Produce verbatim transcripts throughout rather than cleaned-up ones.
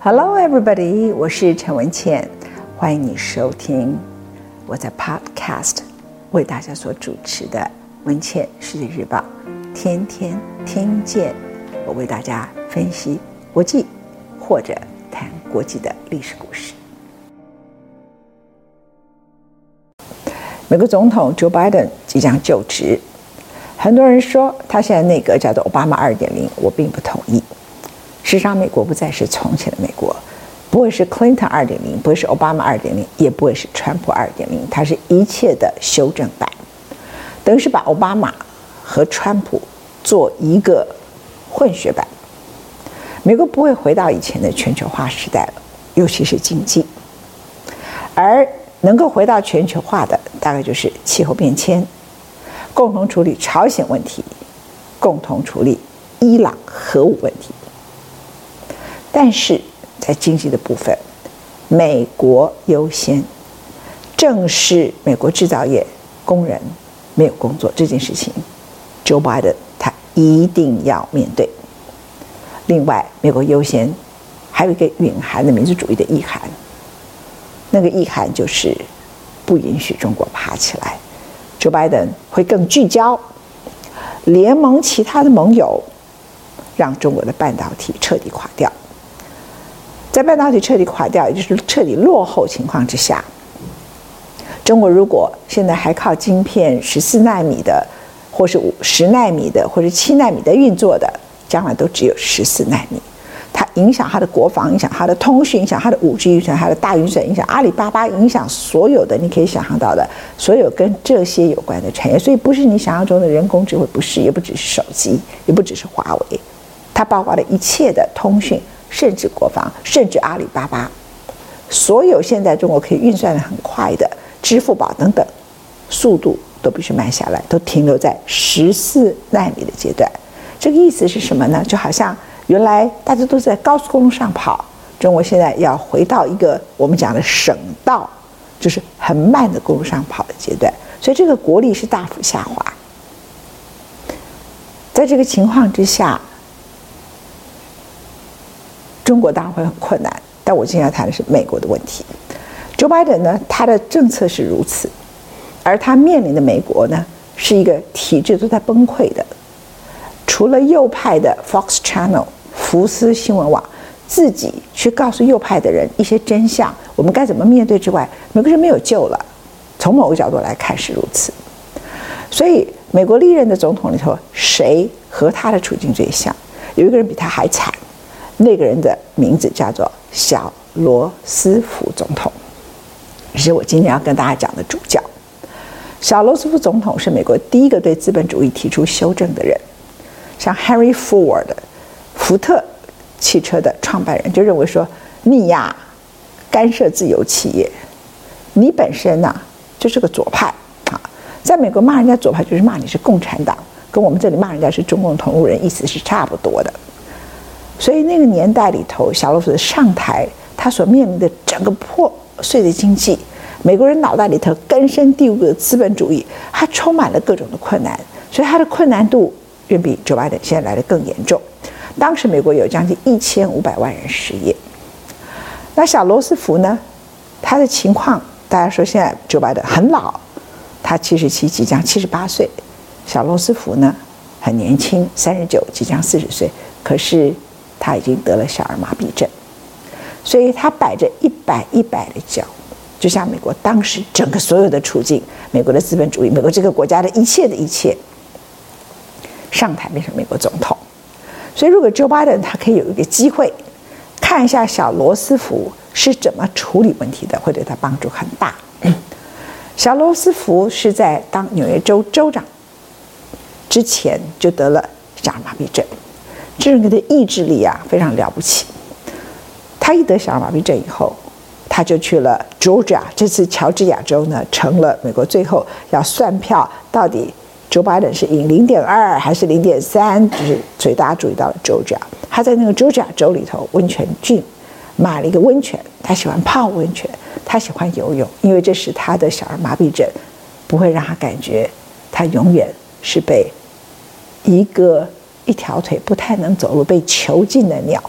Hello, everybody！ 我是陈文茜，欢迎你收听我在 Podcast 为大家所主持的文茜世界日报，天天听见我为大家分析国际或者谈国际的历史故事。美国总统 Joe Biden 即将就职，很多人说他现在内阁叫做奥巴马 二点零， 我并不同意。事实上，美国不再是从前的美国，不会是 Clinton 二点零， 不会是奥巴马 二点零， 也不会是川普 二点零， 它是一切的修正版，等于是把奥巴马和川普做一个混血版。美国不会回到以前的全球化时代了，尤其是经济，而能够回到全球化的大概就是气候变迁，共同处理朝鲜问题，共同处理伊朗核武问题。但是在经济的部分，美国优先，正是美国制造业工人没有工作这件事情 Joe Biden 他一定要面对。另外，美国优先还有一个蕴含的民族主义的意涵，那个意涵就是不允许中国爬起来。 Joe Biden 会更聚焦，联盟其他的盟友，让中国的半导体彻底垮掉。在半导体彻底垮掉，也就是彻底落后情况之下，中国如果现在还靠晶片十四奈米的，或是十奈米的，或是七奈米的运作的，将来都只有十四奈米。它影响它的国防，影响它的通讯，影响它的五 G， 影响它的大运算，影响阿里巴巴，影响所有的你可以想象到的所有跟这些有关的产业。所以不是你想象中的人工智慧，不是，也不只是手机，也不只是华为，它包括了一切的通讯，甚至国防，甚至阿里巴巴，所有现在中国可以运算的很快的支付宝等等，速度都必须慢下来，都停留在十四奈米的阶段。这个意思是什么呢？就好像原来大家都在高速公路上跑，中国现在要回到一个我们讲的省道，就是很慢的公路上跑的阶段，所以这个国力是大幅下滑。在这个情况之下，中国当然会很困难，但我今天要谈的是美国的问题。Joe Biden 呢，他的政策是如此，而他面临的美国呢，是一个体制都在崩溃的。除了右派的 Fox Channel 福斯新闻网自己去告诉右派的人一些真相，我们该怎么面对之外，美国人没有救了。从某个角度来看是如此。所以美国历任的总统里头，谁和他的处境最像？有一个人比他还惨，那个人的名字叫做小罗斯福总统，是我今天要跟大家讲的主角。小罗斯福总统是美国第一个对资本主义提出修正的人。像 Henry Ford 福特汽车的创办人就认为说，你呀干涉自由企业，你本身呢、啊、就是个左派啊。在美国骂人家左派就是骂你是共产党，跟我们这里骂人家是中共同路人意思是差不多的。所以那个年代里头，小罗斯福上台，他所面临的整个破碎的经济，美国人脑袋里头根深蒂固的资本主义，它充满了各种的困难，所以它的困难度远比 Joe Biden 现在来的更严重。当时美国有将近一千五百万人失业。那小罗斯福呢，他的情况大家说现在 Joe Biden 很老，他七十七即将七十八岁，小罗斯福呢很年轻，三十九即将四十岁，可是他已经得了小儿麻痹症，所以他摆着一摆一摆的脚，就像美国当时整个所有的处境，美国的资本主义，美国这个国家的一切的一切，上台变成美国总统。所以如果 Joe Biden 他可以有一个机会看一下小罗斯福是怎么处理问题的，会对他帮助很大。小罗斯福是在当纽约州州长之前就得了小儿麻痹症，这人的意志力啊非常了不起。他一得小儿麻痹症以后，他就去了 Georgia， 这次乔治亚州呢成了美国最后要算票到底Joe Biden 是赢 零点二 还是 零点三， 就是所以大家注意到了 Georgia， 他在那个 Georgia 州里头温泉郡买了一个温泉，他喜欢泡温泉，他喜欢游泳，因为这是他的小儿麻痹症不会让他感觉他永远是被一个一条腿不太能走路被囚禁的鸟，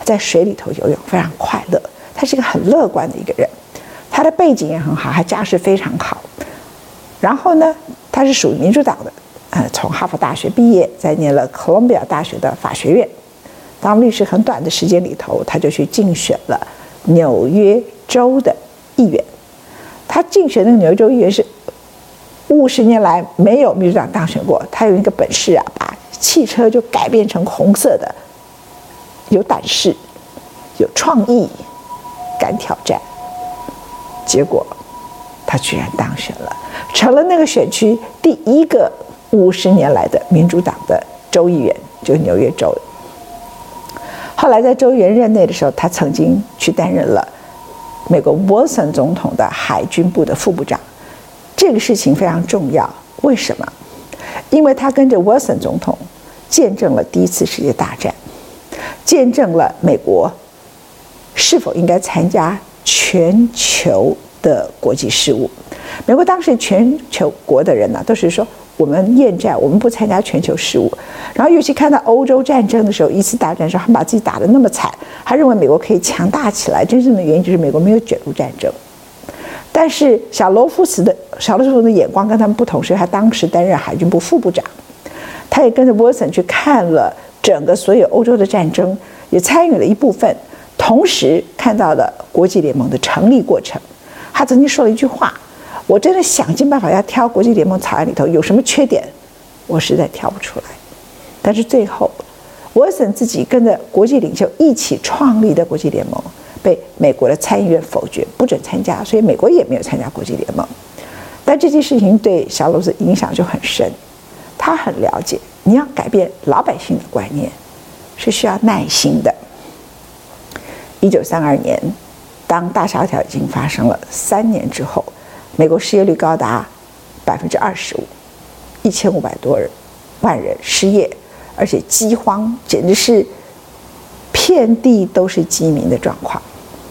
在水里头游泳非常快乐，他是一个很乐观的一个人，他的背景也很好，他家世非常好。然后呢，他是属于民主党的，呃，从哈佛大学毕业，再念了哥伦比亚大学的法学院。当律师很短的时间里头，他就去竞选了纽约州的议员。他竞选那个纽约州议员是五十年来没有民主党当选过。他有一个本事啊，把汽车就改变成红色的，有胆识，有创意，敢挑战。结果他居然当选了，成了那个选区第一个五十年来的民主党的州议员，就是纽约州。后来在州议员任内的时候，他曾经去担任了美国沃森总统的海军部的副部长。这个事情非常重要，为什么？因为他跟着沃森总统见证了第一次世界大战，见证了美国是否应该参加全球的国际事务。美国当时全球国的人呢、啊，都是说我们厌战，我们不参加全球事务。然后尤其看到欧洲战争的时候，一次大战的时候，他们把自己打得那么惨，他认为美国可以强大起来。真正的原因就是美国没有卷入战争。但是小罗斯福的小罗斯福的眼光跟他们不同，是他当时担任海军部副部长，他也跟着沃森去看了整个所有欧洲的战争，也参与了一部分，同时看到了国际联盟的成立过程。他曾经说了一句话：我真的想尽办法要挑国际联盟草案里头有什么缺点，我实在挑不出来。但是最后，沃森自己跟着国际领袖一起创立的国际联盟，被美国的参议院否决，不准参加，所以美国也没有参加国际联盟。但这件事情对小罗斯影响就很深，他很了解，你要改变老百姓的观念是需要耐心的。一九三二年，当大萧条已经发生了三年之后，美国失业率高达百分之二十五，一千五百多人万人失业，而且饥荒简直是遍地都是饥民的状况。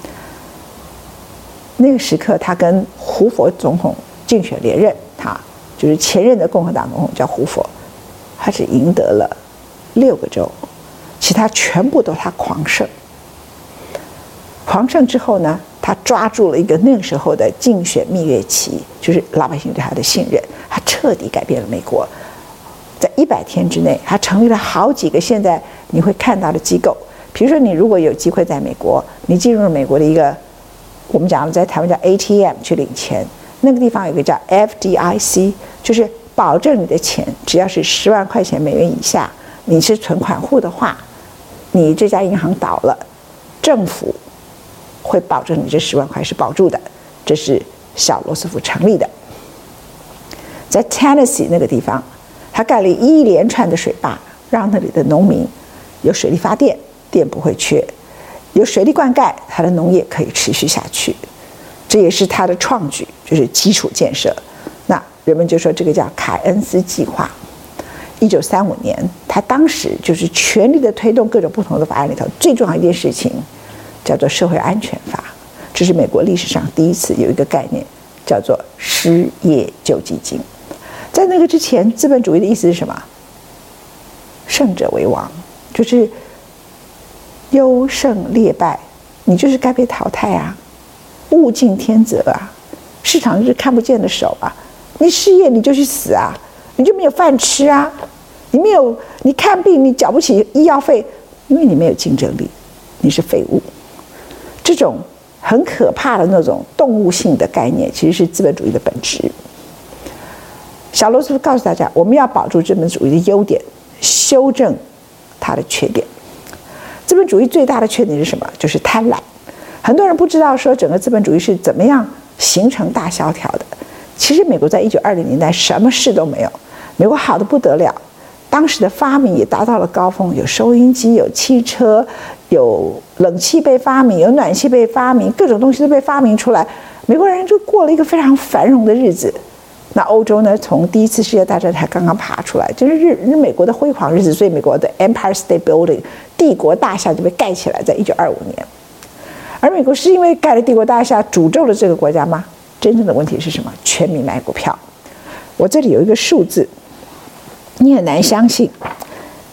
那个时刻，他跟胡佛总统竞选连任，他就是前任的共和党总统叫胡佛，他只赢得了六个州，其他全部都他狂胜。狂胜之后呢，他抓住了一个那个时候的竞选蜜月期，就是老百姓对他的信任，他彻底改变了美国。在一百天之内，他成立了好几个现在你会看到的机构。比如说，你如果有机会在美国，你进入了美国的一个，我们讲在台湾叫 A T M 去领钱，那个地方有一个叫 F D I C， 就是保证你的钱只要是十万块钱美元以下，你是存款户的话，你这家银行倒了，政府会保证你这十万块是保住的。这是小罗斯福成立的。在 Tennessee 那个地方，他盖了一连串的水坝，让那里的农民有水力发电，电不会缺；有水力灌溉，他的农业可以持续下去。这也是他的创举，就是基础建设。那人们就说这个叫凯恩斯计划。一九三五年，他当时就是全力的推动各种不同的法案里头，最重要一件事情叫做社会安全法。这是美国历史上第一次有一个概念叫做失业救济金。在那个之前，资本主义的意思是什么？胜者为王，就是优胜劣败，你就是该被淘汰啊，物竞天择啊，市场就是看不见的手啊，你失业你就去死啊，你就没有饭吃啊，你没有，你看病你缴不起医药费，因为你没有竞争力，你是废物。这种很可怕的那种动物性的概念，其实是资本主义的本质。小罗斯福告诉大家，我们要保住资本主义的优点，修正它的缺点。资本主义最大的缺点是什么？就是贪婪。很多人不知道说整个资本主义是怎么样形成大萧条的。其实美国在一九二零年代什么事都没有，美国好得不得了，当时的发明也达到了高峰，有收音机，有汽车，有冷气被发明，有暖气被发明，各种东西都被发明出来，美国人就过了一个非常繁荣的日子。那欧洲呢，从第一次世界大战才刚刚爬出来，就是日日美国的辉煌日子，所以美国的 Empire State Building 帝国大厦就被盖起来，在一九二五年。而美国是因为盖了帝国大厦诅咒了这个国家吗？真正的问题是什么？全民买股票。我这里有一个数字，你很难相信，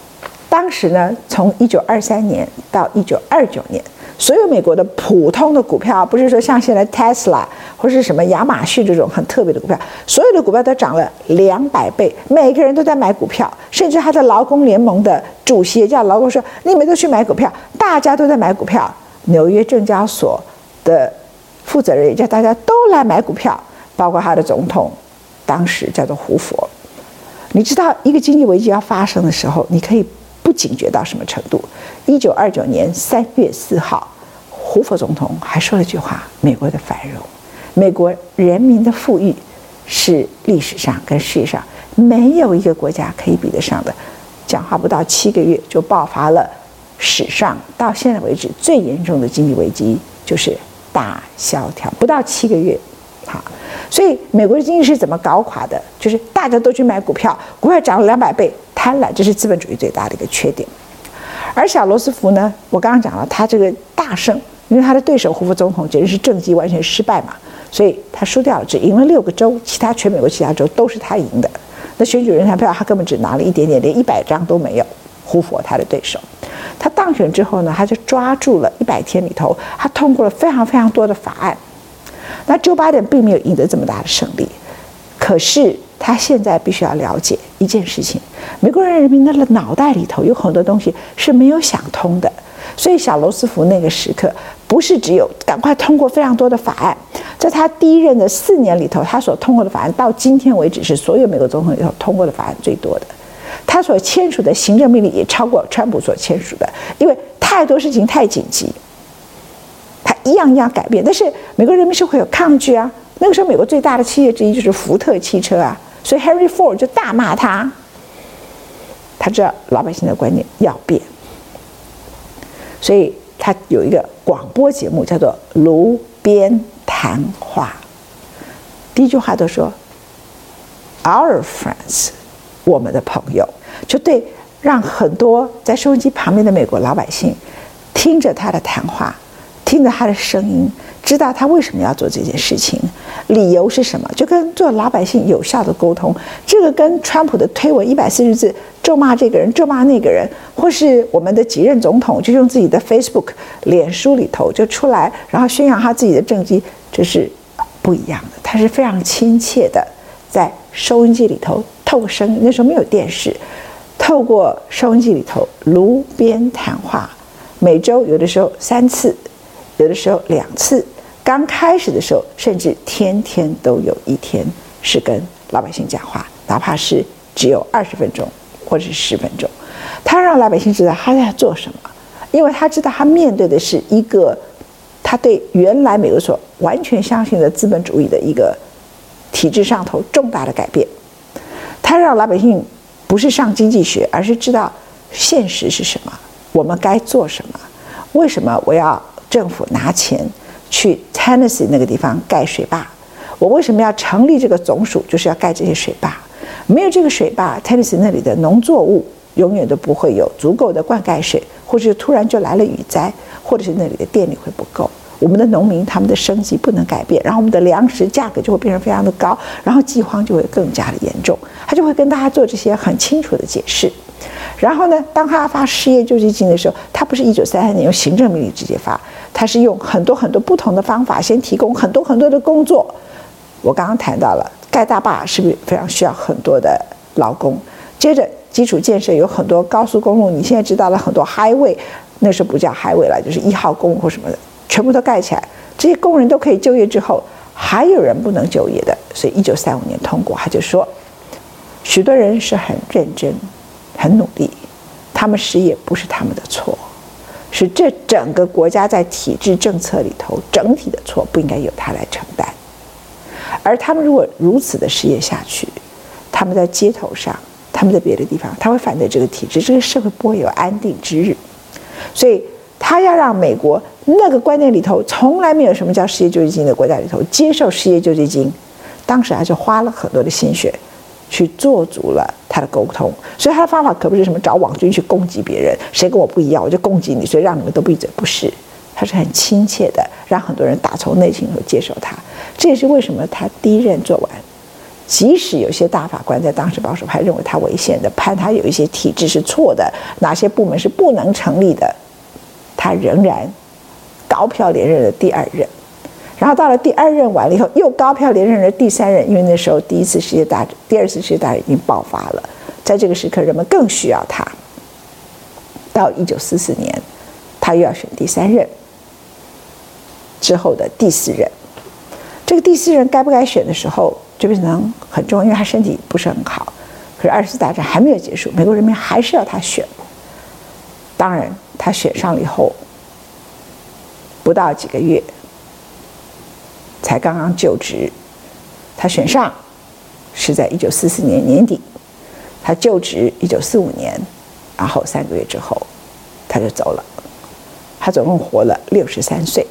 当时呢，从一九二三年到一九二九年，所有美国的普通的股票，不是说像现在 Tesla 或是什么亚马逊这种很特别的股票，所有的股票都涨了两百倍，每个人都在买股票，甚至他的劳工联盟的主席也叫劳工说：“你们都去买股票。”大家都在买股票。纽约证交所的负责人也叫大家都来买股票，包括他的总统，当时叫做胡佛。你知道一个经济危机要发生的时候，你可以不警觉到什么程度？一九二九年三月四号，胡佛总统还说了一句话：“美国的繁荣，美国人民的富裕，是历史上跟世界上没有一个国家可以比得上的。”讲话不到七个月就爆发了史上到现在为止最严重的经济危机，就是大萧条。不到七个月，好，所以美国的经济是怎么搞垮的？就是大家都去买股票，股票涨了两百倍，贪婪，这是资本主义最大的一个缺点。而小罗斯福呢，我刚刚讲了，他这个大胜，因为他的对手胡佛总统简直是政绩完全失败嘛，所以他输掉了，只赢了六个州，其他全美国其他州都是他赢的。那选举人团票他根本只拿了一点点，连一百张都没有。胡佛他的对手，他当选之后呢，他就抓住了一百天里头，他通过了非常非常多的法案。那 Joe Biden 并没有赢得这么大的胜利，可是他现在必须要了解一件事情：美国人民的脑袋里头有很多东西是没有想通的。所以小罗斯福那个时刻，不是只有赶快通过非常多的法案，在他第一任的四年里头，他所通过的法案到今天为止是所有美国总统里头通过的法案最多的。他所签署的行政命令也超过川普所签署的，因为太多事情太紧急，他一样一样改变。但是美国人民是会有抗拒啊。那个时候，美国最大的企业之一就是福特汽车啊，所以 Henry Ford 就大骂他。他知道老百姓的观念要变，所以他有一个广播节目叫做《炉边谈话》，第一句话都说 Our friends， 我们的朋友，就对让很多在收音机旁边的美国老百姓听着他的谈话，听着他的声音，知道他为什么要做这件事情，理由是什么，就跟做老百姓有效的沟通。这个跟川普的推文一百四十字咒骂这个人咒骂那个人，或是我们的几任总统就用自己的 Facebook 脸书里头就出来，然后宣扬他自己的政绩，这是不一样的。他是非常亲切的在收音机里头透过声音，那时候没有电视，透过收音机里头炉边谈话，每周有的时候三次，有的时候两次，刚开始的时候甚至天天都有一天是跟老百姓讲话，哪怕是只有二十分钟或者是十分钟，他让老百姓知道他在做什么，因为他知道他面对的是一个他对原来美国所完全相信的资本主义的一个体制上头重大的改变。他让老百姓不是上经济学，而是知道现实是什么，我们该做什么，为什么我要政府拿钱去 Tennessee 那个地方盖水坝，我为什么要成立这个总署，就是要盖这些水坝。没有这个水坝， Tennessee 那里的农作物永远都不会有足够的灌溉水，或者突然就来了雨灾，或者是那里的电力会不够，我们的农民他们的生计不能改变，然后我们的粮食价格就会变成非常的高，然后饥荒就会更加的严重。他就会跟大家做这些很清楚的解释。然后呢，当他发失业救济金的时候，他不是一九三三年用行政命令直接发，他是用很多很多不同的方法，先提供很多很多的工作。我刚刚谈到了盖大坝是不是非常需要很多的劳工，接着基础建设有很多高速公路，你现在知道了很多 highway， 那时候不叫 highway 了，就是一号公路或什么的，全部都盖起来，这些工人都可以就业之后，还有人不能就业的，所以一九三五年通过，他就说许多人是很认真很努力，他们失业不是他们的错，是这整个国家在体制政策里头整体的错，不应该由他来承担。而他们如果如此的失业下去，他们在街头上，他们在别的地方，他会反对这个体制，这个社会不会有安定之日。所以他要让美国那个观念里头从来没有什么叫失业救济金的国家里头接受失业救济金，当时他就花了很多的心血去做足了他的沟通。所以他的方法可不是什么找网军去攻击别人，谁跟我不一样我就攻击你，所以让你们都闭嘴，不是，他是很亲切的让很多人打从内心会接受他。这也是为什么他第一任做完即使有些大法官在当时保守派认为他违宪的，判他有一些体制是错的，哪些部门是不能成立的，他仍然高票连任了第二任。然后到了第二任完了以后，又高票连任了第三任，因为那时候第一次世界大战、第二次世界大战已经爆发了，在这个时刻人们更需要他。到一九四四年，他又要选第三任，之后的第四任，这个第四任该不该选的时候，就变成很重要，因为他身体不是很好。可是二次大战还没有结束，美国人民还是要他选。当然，他选上了以后，不到几个月。才刚刚就职，他选上是在一九四四年年底，他就职一九四五年，然后三个月之后他就走了。他总共活了六十三岁。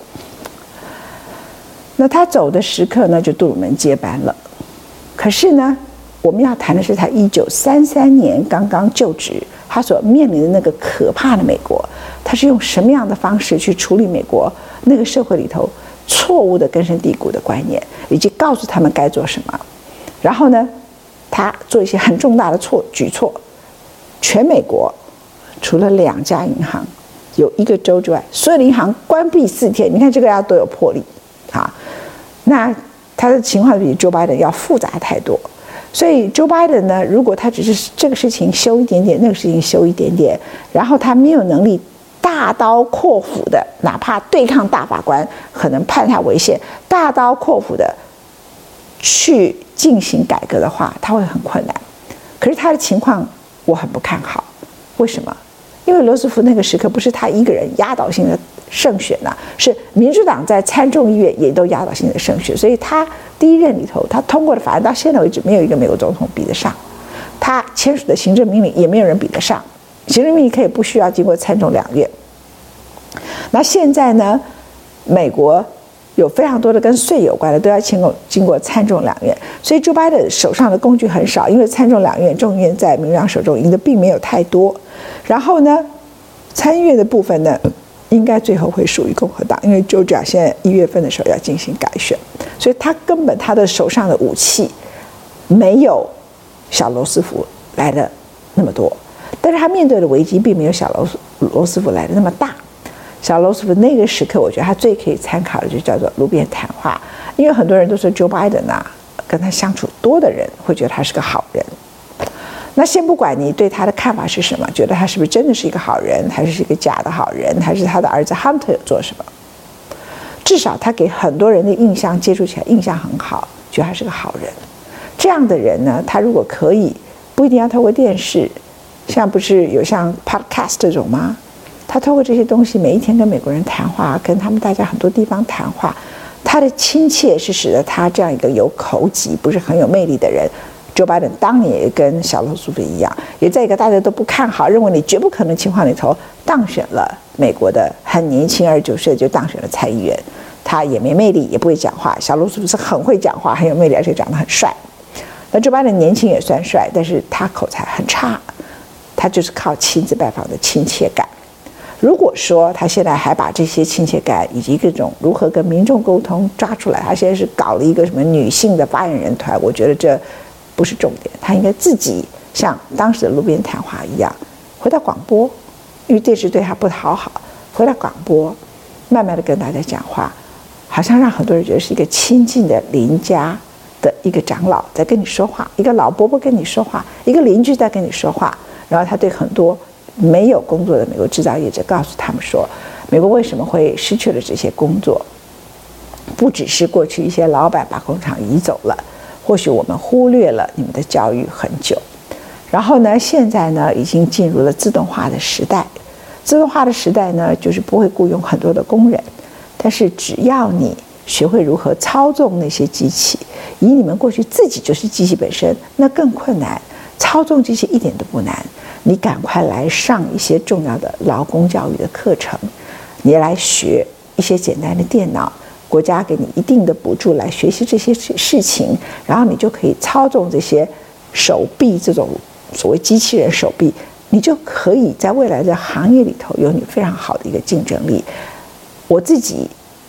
那他走的时刻呢，就杜鲁门接班了。可是呢，我们要谈的是他一九三三年刚刚就职，他所面临的那个可怕的美国，他是用什么样的方式去处理美国那个社会里头错误的根深蒂固的观念，以及告诉他们该做什么。然后呢，他做一些很重大的错举措。全美国除了两家银行有一个州之外，所有的银行关闭四天。你看这个要多有魄力啊！那他的情况比 Joe Biden 要复杂太多。所以 Joe Biden 呢，如果他只是这个事情修一点点，那个事情修一点点，然后他没有能力大刀阔斧的，哪怕对抗大法官可能判他违宪，大刀阔斧的去进行改革的话，他会很困难。可是他的情况我很不看好。为什么？因为罗斯福那个时刻不是他一个人压倒性的胜选呐、啊，是民主党在参众议院也都压倒性的胜选，所以他第一任里头他通过的法案到现在为止没有一个美国总统比得上，他签署的行政命令也没有人比得上。行政命令可以不需要经过参众两院。那现在呢，美国有非常多的跟税有关的都要经过经过参众两院，所以 Joe Biden 手上的工具很少，因为参众两院众议院在民主党手中赢的并没有太多。然后呢，参议院的部分呢，应该最后会属于共和党，因为 Georgia 现在一月份的时候要进行改选，所以他根本他的手上的武器没有小罗斯福来的那么多，但是他面对的危机并没有小罗斯罗斯福来的那么大。小罗斯福那个时刻，我觉得他最可以参考的就叫做路边谈话，因为很多人都说 Joe Biden 啊，跟他相处多的人会觉得他是个好人。那先不管你对他的看法是什么，觉得他是不是真的是一个好人，还是一个假的好人，还是他的儿子 Hunter 有做什么，至少他给很多人的印象接触起来印象很好，觉得他是个好人。这样的人呢，他如果可以，不一定要透过电视，像不是有像 podcast 这种吗？他透过这些东西，每一天跟美国人谈话，跟他们大家很多地方谈话，他的亲切是使得他这样一个有口疾、不是很有魅力的人，Joe Biden当年也跟小罗斯福一样，也在一个大家都不看好、认为你绝不可能情况里头当选了美国的很年轻，二十九岁就当选了参议员。他也没魅力，也不会讲话。小罗斯福是很会讲话、很有魅力，而且长得很帅。那Joe Biden年轻也算帅，但是他口才很差，他就是靠亲自拜访的亲切感。如果说他现在还把这些亲切感以及各种如何跟民众沟通抓出来，他现在是搞了一个什么女性的发言人团，我觉得这不是重点。他应该自己像当时的路边谈话一样，回到广播，因为电视对他不讨好，回到广播，慢慢的跟大家讲话，好像让很多人觉得是一个亲近的邻家的一个长老在跟你说话，一个老伯伯跟你说话，一个邻居在跟你说话。然后他对很多没有工作的美国制造业者告诉他们说，美国为什么会失去了这些工作，不只是过去一些老板把工厂移走了，或许我们忽略了你们的教育很久。然后呢，现在呢已经进入了自动化的时代，自动化的时代呢就是不会雇佣很多的工人，但是只要你学会如何操纵那些机器，以你们过去自己就是机器本身，那更困难。操纵机器一点都不难，你赶快来上一些重要的劳工教育的课程，你来学一些简单的电脑，国家给你一定的补助来学习这些事情，然后你就可以操纵这些手臂，这种所谓机器人手臂，你就可以在未来的行业里头有你非常好的一个竞争力。我自己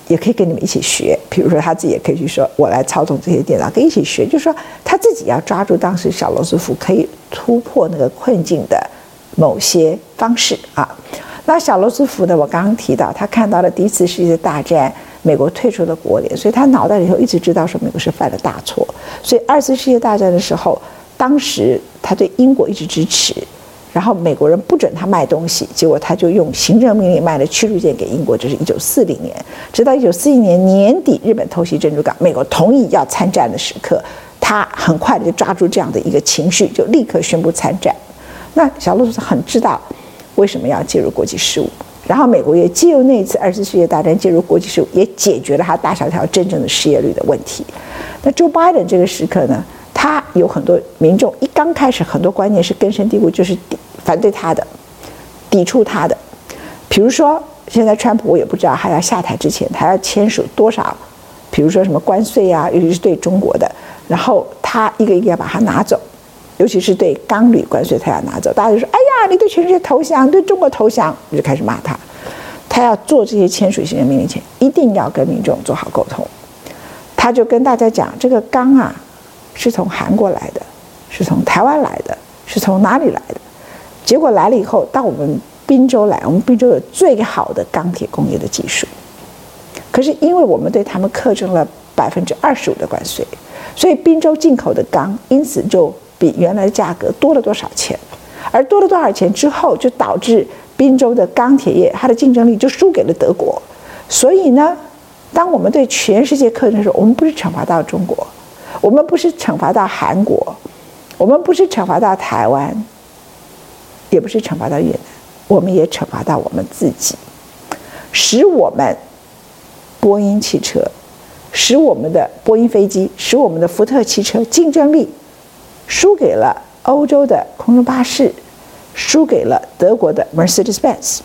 也可以跟你们一起学。比如说他自己也可以去说，我来操纵这些电脑，可以一起学。就是说他自己要抓住当时小罗斯福可以突破那个困境的某些方式啊。那小罗斯福呢，我刚刚提到他看到了第一次世界大战美国退出了国联，所以他脑袋里头一直知道说美国是犯了大错。所以二次世界大战的时候，当时他对英国一直支持，然后美国人不准他卖东西，结果他就用行政命令卖了驱逐舰给英国，这是一九四零年。直到一九四一年年底，日本偷袭珍珠港，美国同意要参战的时刻，他很快的就抓住这样的一个情绪，就立刻宣布参战。那小罗斯福很知道为什么要介入国际事务，然后美国也借由那次二次世界大战介入国际事务，也解决了他大萧条真正的失业率的问题。那 Joe Biden 这个时刻呢，他有很多民众一刚开始很多观念是根深蒂固，就是反对他的，抵触他的。比如说现在川普，我也不知道他要下台之前他要签署多少，比如说什么关税啊，尤其是对中国的，然后他一个一个要把它拿走，尤其是对钢铝关税他要拿走。大家就说，哎呀，你对全世界投降，对中国投降，你就开始骂他。他要做这些签署行政命令前，一定要跟民众做好沟通。他就跟大家讲，这个钢啊是从韩国来的，是从台湾来的，是从哪里来的？结果来了以后，到我们宾州来，我们宾州有最好的钢铁工业的技术，可是因为我们对他们课征了百分之二十五的关税，所以宾州进口的钢因此就比原来的价格多了多少钱，而多了多少钱之后，就导致宾州的钢铁业它的竞争力就输给了德国。所以呢，当我们对全世界课征的时候，我们不是惩罚到中国，我们不是惩罚到韩国，我们不是惩罚到台湾，也不是惩罚到越南，我们也惩罚到我们自己，使我们波音汽车，使我们的波音飞机，使我们的福特汽车竞争力输给了欧洲的空中巴士，输给了德国的 Mercedes-Benz。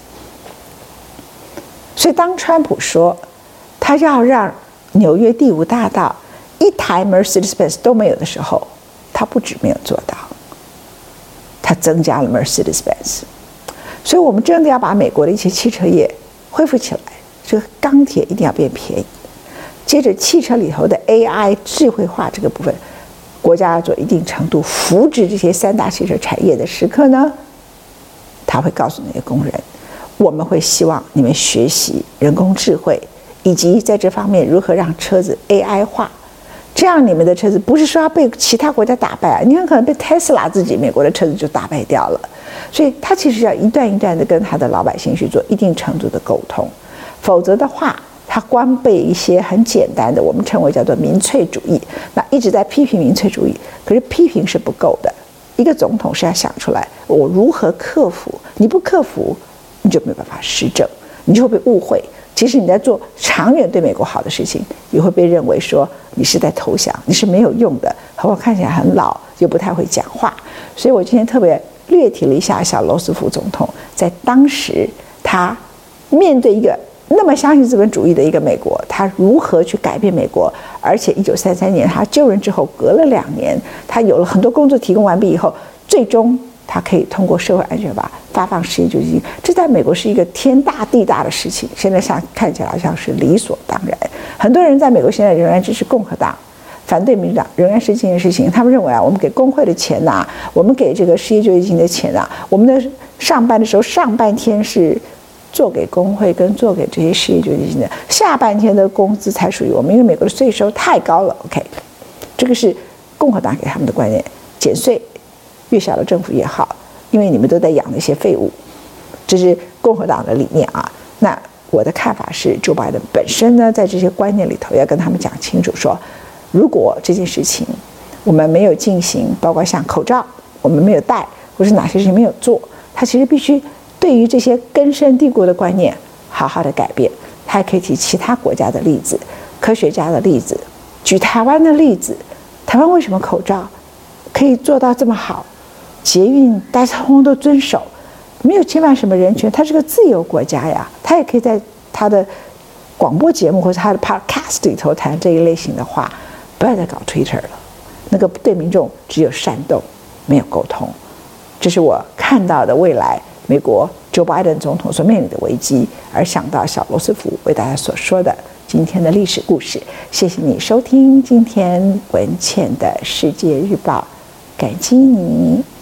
所以当川普说他要让纽约第五大道一台 Mercedes-Benz 都没有的时候，他不止没有做到，他增加了 Mercedes-Benz。 所以我们真的要把美国的一些汽车业恢复起来，这个钢铁一定要变便宜。接着汽车里头的 A I 智慧化这个部分，国家要做一定程度扶植这些三大汽车产业的时刻呢，他会告诉那些工人，我们会希望你们学习人工智慧，以及在这方面如何让车子 A I 化，这样你们的车子不是说要被其他国家打败啊，你很可能被 Tesla 自己美国的车子就打败掉了。所以他其实要一段一段的跟他的老百姓去做一定程度的沟通，否则的话他光背一些很简单的我们称为叫做民粹主义，那一直在批评民粹主义，可是批评是不够的，一个总统是要想出来我如何克服，你不克服你就没办法施政，你就会被误会，其实你在做长远对美国好的事情，也会被认为说你是在投降，你是没有用的，何况看起来很老又不太会讲话。所以我今天特别略提了一下小罗斯福总统在当时他面对一个那么相信资本主义的一个美国，他如何去改变美国。而且一九三三年他就任之后隔了两年，他有了很多工作提供完毕以后，最终他可以通过社会安全法发放失业救济金，这在美国是一个天大地大的事情，现在像看起来好像是理所当然。很多人在美国现在仍然支持共和党，反对民主党，仍然是这件事情。他们认为啊，我们给工会的钱呐、啊，我们给这个失业救济金的钱啊，我们的上班的时候上半天是做给工会跟做给这些失业救济金的，下半天的工资才属于我们，因为美国的税收太高了。OK， 这个是共和党给他们的观念，减税，越小的政府越好，因为你们都在养那些废物，这是共和党的理念啊。那我的看法是 Joe Biden 本身呢，在这些观念里头要跟他们讲清楚说，如果这件事情我们没有进行，包括像口罩我们没有戴，或是哪些事情没有做，他其实必须对于这些根深蒂固的观念好好的改变。他还可以提其他国家的例子，科学家的例子，举台湾的例子，台湾为什么口罩可以做到这么好，捷运大家通通都遵守，没有侵犯什么人权，它是个自由国家呀。他也可以在他的广播节目或者他的 podcast 里头谈这一类型的话，不要再搞 Twitter 了，那个对民众只有煽动，没有沟通。这是我看到的未来美国 Joe Biden 总统所面临的危机，而想到小罗斯福为大家所说的今天的历史故事。谢谢你收听今天文茜的世界日报，感激你。